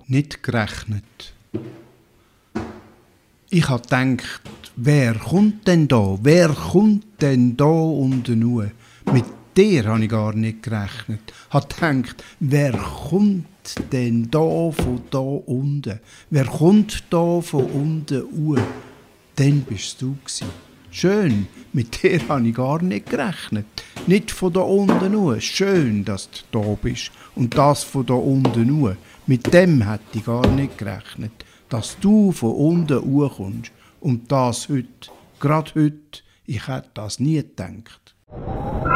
nicht gerechnet. Ich habe gedacht, wer kommt denn da? Wer kommt denn da unten nur? Mit dir habe ich gar nicht gerechnet. Ich habe gedacht, wer kommt denn da von da unten? Wer kommt da von unten uhr? Dann bist du gsi. Schön, mit dir habe ich gar nicht gerechnet. Nicht von da unten nur. Schön, dass du da bist. Und das von da unten nur. Mit dem hätte ich gar nicht gerechnet. Dass du von unten kommst. Und das heute. Gerade heute. Ich hätte das nie gedacht.